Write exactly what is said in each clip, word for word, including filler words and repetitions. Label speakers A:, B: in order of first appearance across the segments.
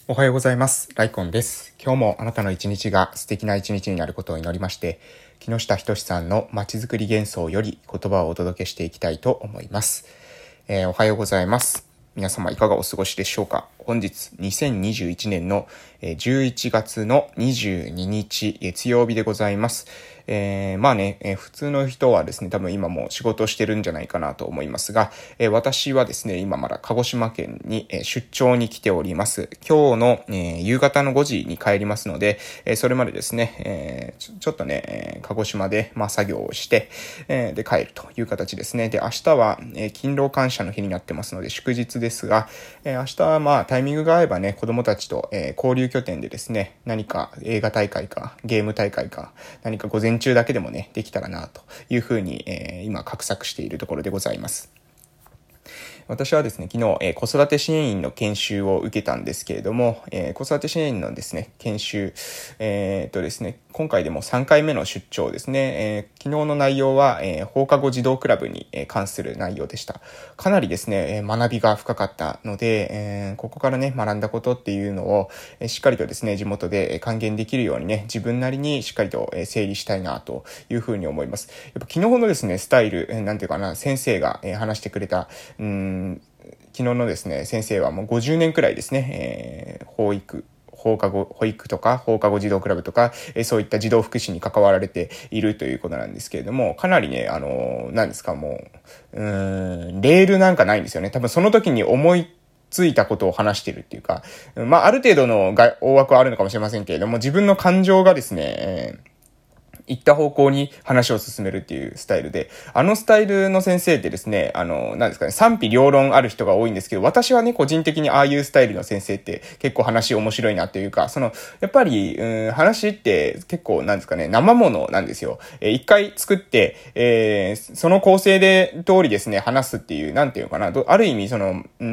A: おはようございます。ライコンです。今日もあなたの一日が素敵な一日になることを祈りまして、木下仁さんのまちづくり幻想より言葉をお届けしていきたいと思います。えー、おはようございます。皆様いかがお過ごしでしょうか。本日にせんにじゅういちねんのじゅういちがつのにじゅうににち月曜日でございます。えー、まあね、えー、普通の人はですね、多分今も仕事をしてるんじゃないかなと思いますが、えー、私はですね、今まだ鹿児島県に、えー、出張に来ております。今日の、えー、夕方のごじに帰りますので、えー、それまでですね、えー、ちょ、ちょっとね、えー、鹿児島で、まあ、作業をして、えー、で帰るという形ですね。で、明日は、えー、勤労感謝の日になってますので、祝日ですが、えー、明日はまあ、タイミングが合えばね、子供たちと、えー、交流拠点でですね、何か映画大会か、ゲーム大会か、何か午前中だけでもね、できたらなというふうに、えー、今画策しているところでございます。私はですね、昨日、えー、子育て支援員の研修を受けたんですけれども、えー、子育て支援員のですね、研修、えー、っとですね、今回でもさんかいめの出張ですね、えー、昨日の内容は、えー、放課後児童クラブに、えー、関する内容でした。かなりですね、えー、学びが深かったので、えー、ここからね、学んだことっていうのを、えー、しっかりとですね、地元で還元できるようにね、自分なりにしっかりと、えー、整理したいなというふうに思います。やっぱ昨日のですね、スタイル、えー、なんていうかな、先生が、えー、話してくれた、うーん昨日のですね、先生はもうごじゅうねんくらいですね、えー、保育、放課後、保育とか放課後児童クラブとか、えー、そういった児童福祉に関わられているということなんですけれども、かなりね、あのー、何ですか、もう、うーん、レールなんかないんですよね。多分その時に思いついたことを話してるっていうか、まあ、ある程度の大枠はあるのかもしれませんけれども、自分の感情がですね、えー行った方向に話を進めるっていうスタイルで、あのスタイルの先生ってですね、あの、なんですかね、賛否両論ある人が多いんですけど、私はね、個人的にああいうスタイルの先生って結構話面白いなというか、その、やっぱり、うん、話って結構なんですかね、生ものなんですよ。えー、一回作って、えー、その構成で通りですね、話すっていう、なんていうのかな、ある意味その、うん、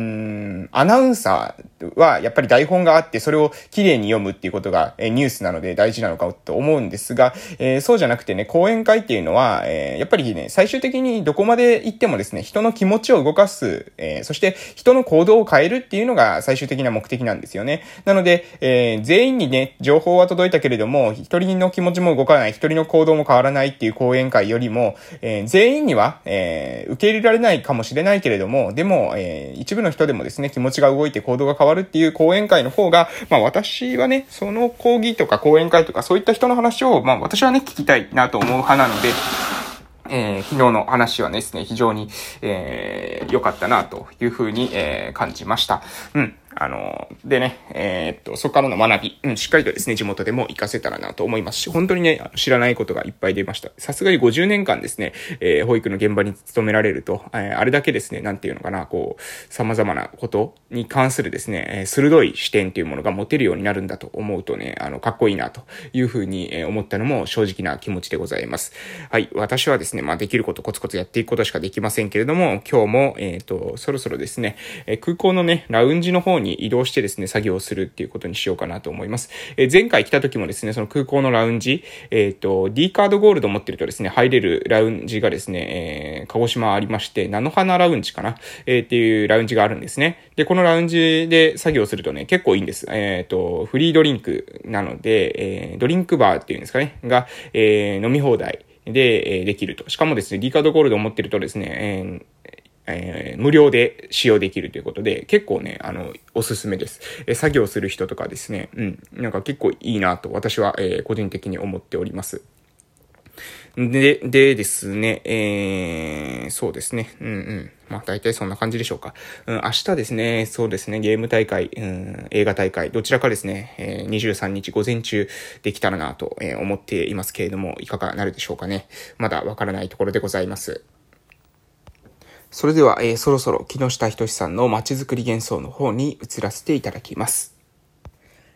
A: アナウンサーはやっぱり台本があって、それを綺麗に読むっていうことが、えー、ニュースなので大事なのかと思うんですが、えーそうじゃなくてね、講演会っていうのは、えー、やっぱりね、最終的にどこまで行ってもですね、人の気持ちを動かす、えー、そして人の行動を変えるっていうのが最終的な目的なんですよね。なので、えー、全員にね、情報は届いたけれども、一人の気持ちも動かない、一人の行動も変わらないっていう講演会よりも、えー、全員には、えー、受け入れられないかもしれないけれども、でも、えー、一部の人でもですね、気持ちが動いて行動が変わるっていう講演会の方が、まあ私はね、その講義とか講演会とかそういった人の話を、まあ私はね、聞きたいなと思う派なので、えー、昨日の話はですね、非常に、えー、良かったなというふうに、えー、感じました。うん。あの、でね、えー、っと、そこからの学び、うん、しっかりとですね、地元でも活かせたらなと思いますし、本当にね、知らないことがいっぱい出ました。さすがにごじゅうねんかんですね、えー、保育の現場に勤められると、えー、あれだけですね、なんていうのかな、こう、様々なことに関するですね、えー、鋭い視点というものが持てるようになるんだと思うとね、あの、かっこいいなというふうに、えー、思ったのも正直な気持ちでございます。はい、私はですね、まあ、できることコツコツやっていくことしかできませんけれども、今日も、えっと、そろそろですね、えー、空港のね、ラウンジの方に移動してですね、作業をするっていうことにしようかなと思います。えー、前回来た時もですね、その空港のラウンジ、えっと、D カードゴールド持ってるとですね、入れるラウンジがですね、えー、鹿児島ありまして、菜の花ラウンジかな、えー、っていうラウンジがあるんですね。で、このラウンジで作業するとね、結構いいんです。えっと、フリードリンクなので、えー、ドリンクバーっていうんですかね、が、えー、飲み放題で、えー、できると。しかもですね、D カードゴールドを持ってるとですね、えーえー、無料で使用できるということで、結構ね、あの、おすすめです。えー、作業する人とかですね、うん、なんか結構いいなと私は、えー、個人的に思っております。で、でですね、えー、そうですね、うんうん。まあ大体そんな感じでしょうか。うん、明日ですね、そうですね、ゲーム大会、うん、映画大会、どちらかですね、えー、にじゅうさんにち午前中できたらなと、えー、思っていますけれども、いかがなるでしょうかね。まだわからないところでございます。それでは、えー、そろそろ木下仁さんのまちづくり幻想の方に移らせていただきます。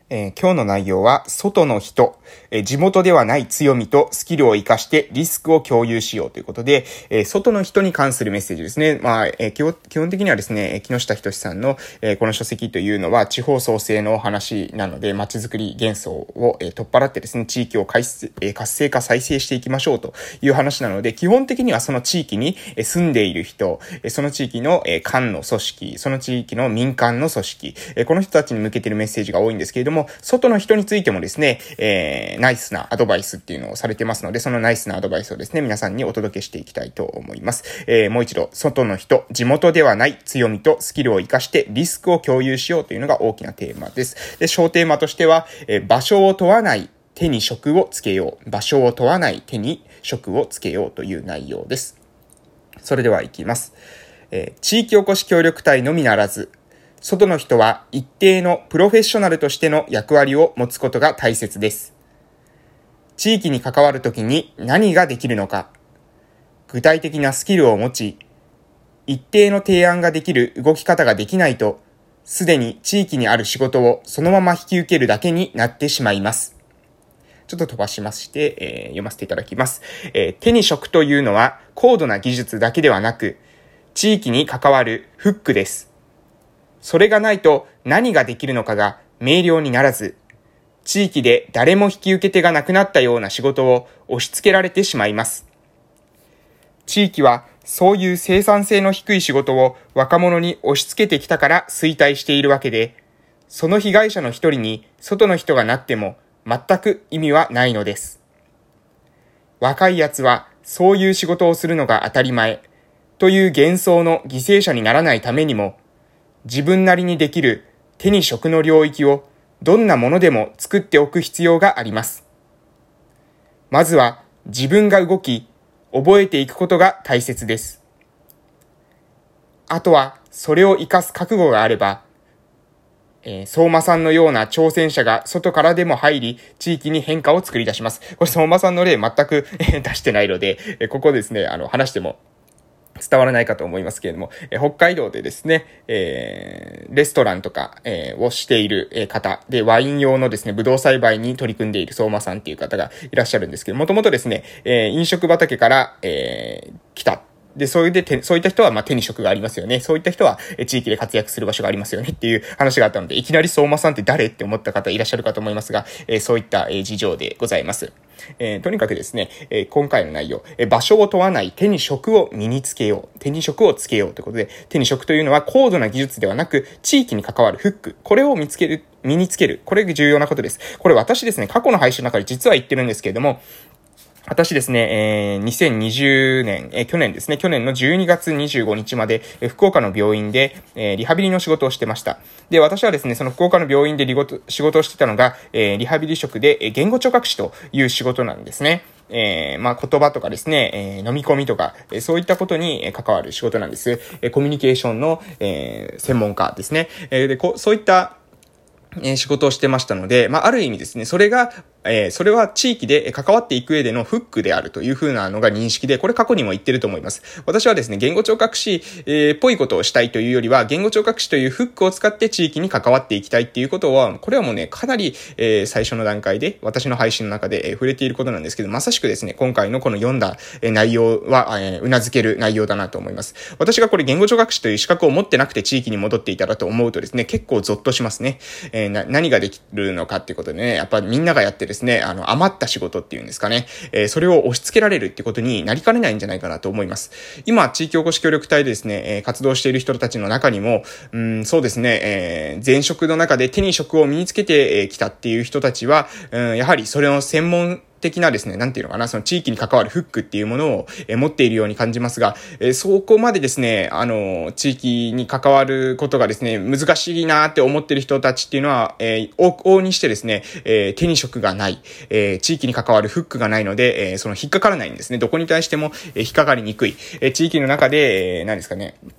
A: えー、今日の内容は、外の人、えー、地元ではない強みとスキルを活かしてリスクを共有しようということで、えー、外の人に関するメッセージですね。まあ、えー、基本、基本的にはですね、木下仁さんの、えー、この書籍というのは地方創生のお話なので、街づくり幻想を、えー、取っ払ってですね、地域を活性、えー、活性化再生していきましょうという話なので、基本的にはその地域に住んでいる人、その地域の官の組織、その地域の民間の組織、この人たちに向けているメッセージが多いんですけれども、外の人についてもですね、えー、ナイスなアドバイスっていうのをされてますので、そのナイスなアドバイスをですね、皆さんにお届けしていきたいと思います。えー、もう一度、外の人、地元ではない強みとスキルを活かしてリスクを共有しようというのが大きなテーマです。で、小テーマとしては、えー、場所を問わない手に職をつけよう。場所を問わない手に職をつけようという内容です。それでは行きます。えー、地域おこし協力隊のみならず、外の人は一定のプロフェッショナルとしての役割を持つことが大切です。地域に関わるときに何ができるのか、具体的なスキルを持ち、一定の提案ができる動き方ができないと、すでに地域にある仕事をそのまま引き受けるだけになってしまいます。ちょっと飛ばしまして、えー、読ませていただきます。えー、手に職というのは高度な技術だけではなく、地域に関わるフックです。それがないと何ができるのかが明瞭にならず、地域で誰も引き受け手がなくなったような仕事を押し付けられてしまいます。地域はそういう生産性の低い仕事を若者に押し付けてきたから衰退しているわけで、その被害者の一人に外の人がなっても全く意味はないのです。若いやつはそういう仕事をするのが当たり前という幻想の犠牲者にならないためにも、自分なりにできる手に職の領域をどんなものでも作っておく必要があります。まずは自分が動き、覚えていくことが大切です。あとはそれを活かす覚悟があれば、えー、相馬さんのような挑戦者が外からでも入り、地域に変化を作り出します。これ相馬さんの例全く出してないので、ここですね、あの、話しても伝わらないかと思いますけれども、え北海道でですね、えー、レストランとか、えー、をしている、えー、方で、ワイン用のですね、ブドウ栽培に取り組んでいる相馬さんっていう方がいらっしゃるんですけど、もともとですね、えー、飲食畑から、えー、来た。で、そういうで、そういった人は、まあ、手に職がありますよね。そういった人は、え地域で活躍する場所がありますよねっていう話があったので、いきなり相馬さんって誰って思った方いらっしゃるかと思いますが、えー、そういった、えー、事情でございます。えー、とにかくですね、えー、今回の内容、えー、場所を問わない手に職を身につけよう。手に職をつけようということで、手に職というのは高度な技術ではなく、地域に関わるフック。これを見つける、身につける。これが重要なことです。これ私ですね、過去の配信の中で実は言ってるんですけれども、私ですね、えー、にせんにじゅうねん、えー、去年ですね、去年のじゅうにがつにじゅうごにちまで、えー、福岡の病院で、えー、リハビリの仕事をしてました。で、私はですね、その福岡の病院でリゴと仕事をしてたのが、えー、リハビリ職で、えー、言語聴覚士という仕事なんですね。えー、まあ、言葉とかですね、えー、飲み込みとか、えー、そういったことに関わる仕事なんです。えー、コミュニケーションの、えー、専門家ですね。えー、でこ、そういった、えー、仕事をしてましたので、まあ、ある意味ですね、それが、えー、それは地域で関わっていく上でのフックであるという風なのが認識で、これ過去にも言ってると思います。私はですね、言語聴覚士、えー、っぽいことをしたいというよりは、言語聴覚士というフックを使って地域に関わっていきたいっていうことは、これはもうね、かなり、えー、最初の段階で、私の配信の中で、えー、触れていることなんですけど、まさしくですね、今回のこの読んだ、えー、内容は、えー、頷ける内容だなと思います。私がこれ言語聴覚士という資格を持ってなくて地域に戻っていたらと思うとですね、結構ゾッとしますね。えー、な、何ができるのかっていうことでね、やっぱりみんながやってですね、あの、余った仕事っていうんですかね、えー、それを押し付けられるってことになりかねないんじゃないかなと思います。今、地域おこし協力隊でですね、えー、活動している人たちの中にも、うん、そうですね、えー、前職の中で手に職を身につけてきたっていう人たちは、うん、やはりそれの専門的なですね、なんていうのかな、その地域に関わるフックっていうものを、えー、持っているように感じますが、えー、そこまでですね、あの、地域に関わることがですね、難しいなって思ってる人たちっていうのは、えー、往々にしてですね、えー、手に職がない、えー、地域に関わるフックがないので、えー、その引っかからないんですね。どこに対しても、えー、引っかかりにくい。えー、地域の中で、えー、何ですかね、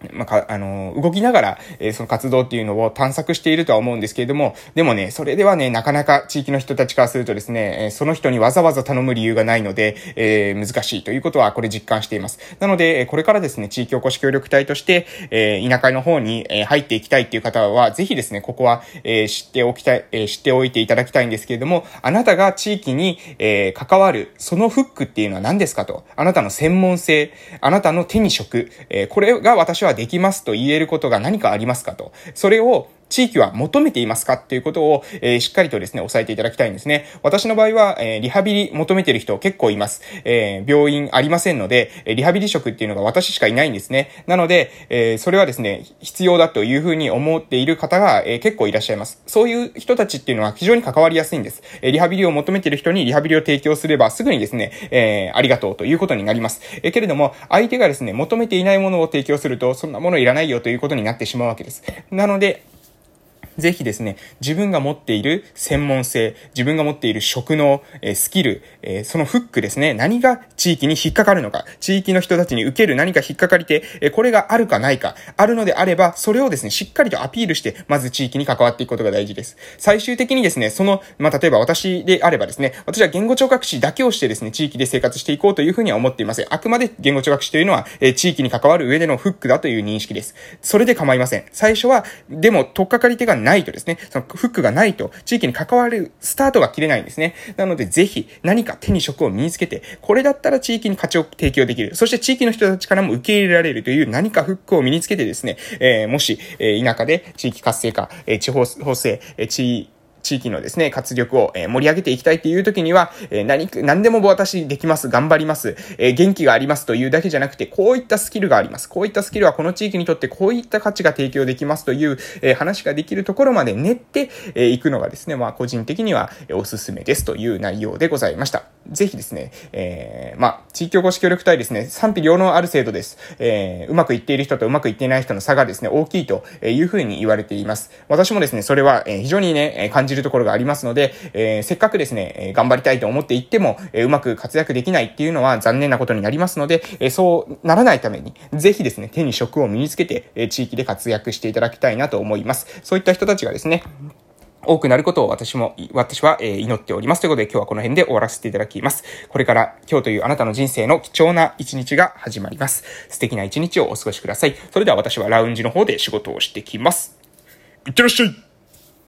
A: まあ、か、あの、動きながら、えー、その活動っていうのを探索しているとは思うんですけれども、でもね、それではね、なかなか地域の人たちからするとですね、えー、その人にわざわざ頼む理由がないので、えー、難しいということは、これ実感しています。なので、これからですね、地域おこし協力隊として、えー、田舎の方に、えー、入っていきたいっていう方は、ぜひですね、ここは、えー、知っておきたい、えー、知っておいていただきたいんですけれども、あなたが地域に、えー、関わる、そのフックっていうのは何ですかと。あなたの専門性、あなたの手に職、えー、これが私はできますと言えることが何かありますかと。それを地域は求めていますかっていうことを、えー、しっかりとですね、押さえていただきたいんですね。私の場合は、えー、リハビリ求めている人結構います。えー、病院ありませんので、リハビリ職っていうのが私しかいないんですね。なので、えー、それはですね、必要だというふうに思っている方が、えー、結構いらっしゃいます。そういう人たちっていうのは非常に関わりやすいんです。えー、リハビリを求めている人にリハビリを提供すればすぐにですね、えー、ありがとうということになります。えー、けれども、相手がですね、求めていないものを提供すると、そんなものいらないよということになってしまうわけです。なので、ぜひですね、自分が持っている専門性、自分が持っている職能、えー、スキル、えー、そのフックですね、何が地域に引っかかるのか、地域の人たちに受ける何か引っかかり手、えー、これがあるかないか、あるのであれば、それをですね、しっかりとアピールして、まず地域に関わっていくことが大事です。最終的にですね、その、まあ、例えば私であればですね、私は言語聴覚士だけをしてですね、地域で生活していこうというふうには思っていません。あくまで言語聴覚士というのは、えー、地域に関わる上でのフックだという認識です。それで構いません。最初は、でも、取っかかり手がないとですね、そのフックがないと地域に関わるスタートが切れないんですね。なのでぜひ何か手に職を身につけて、これだったら地域に価値を提供できる。そして地域の人たちからも受け入れられるという何かフックを身につけてですね、えー、もし、えー、田舎で地域活性化、えー、地方創生、えー、地地域のですね、活力を盛り上げていきたいっていう時には、何、何でも私できます、頑張ります、元気がありますというだけじゃなくて、こういったスキルがあります。こういったスキルはこの地域にとってこういった価値が提供できますという話ができるところまで練っていくのがですね、まあ個人的にはおすすめですという内容でございました。ぜひですね、えー、まあ地域おこし協力隊ですね、賛否両論ある制度です。えー、うまくいっている人とうまくいっていない人の差がですね、大きいというふうに言われています。私もですね、それは非常にね、感じるところがありますので、えー、せっかくですね、えー、頑張りたいと思っていっても、えー、うまく活躍できないっていうのは残念なことになりますので、えー、そうならないために、ぜひですね、手に職を身につけて、えー、地域で活躍していただきたいなと思います。そういった人たちがですね、多くなることを私も、私は、えー、祈っております。ということで今日はこの辺で終わらせていただきます。これから今日というあなたの人生の貴重な一日が始まります。素敵な一日をお過ごしください。それでは私はラウンジの方で仕事をしてきます。いってらっしゃい。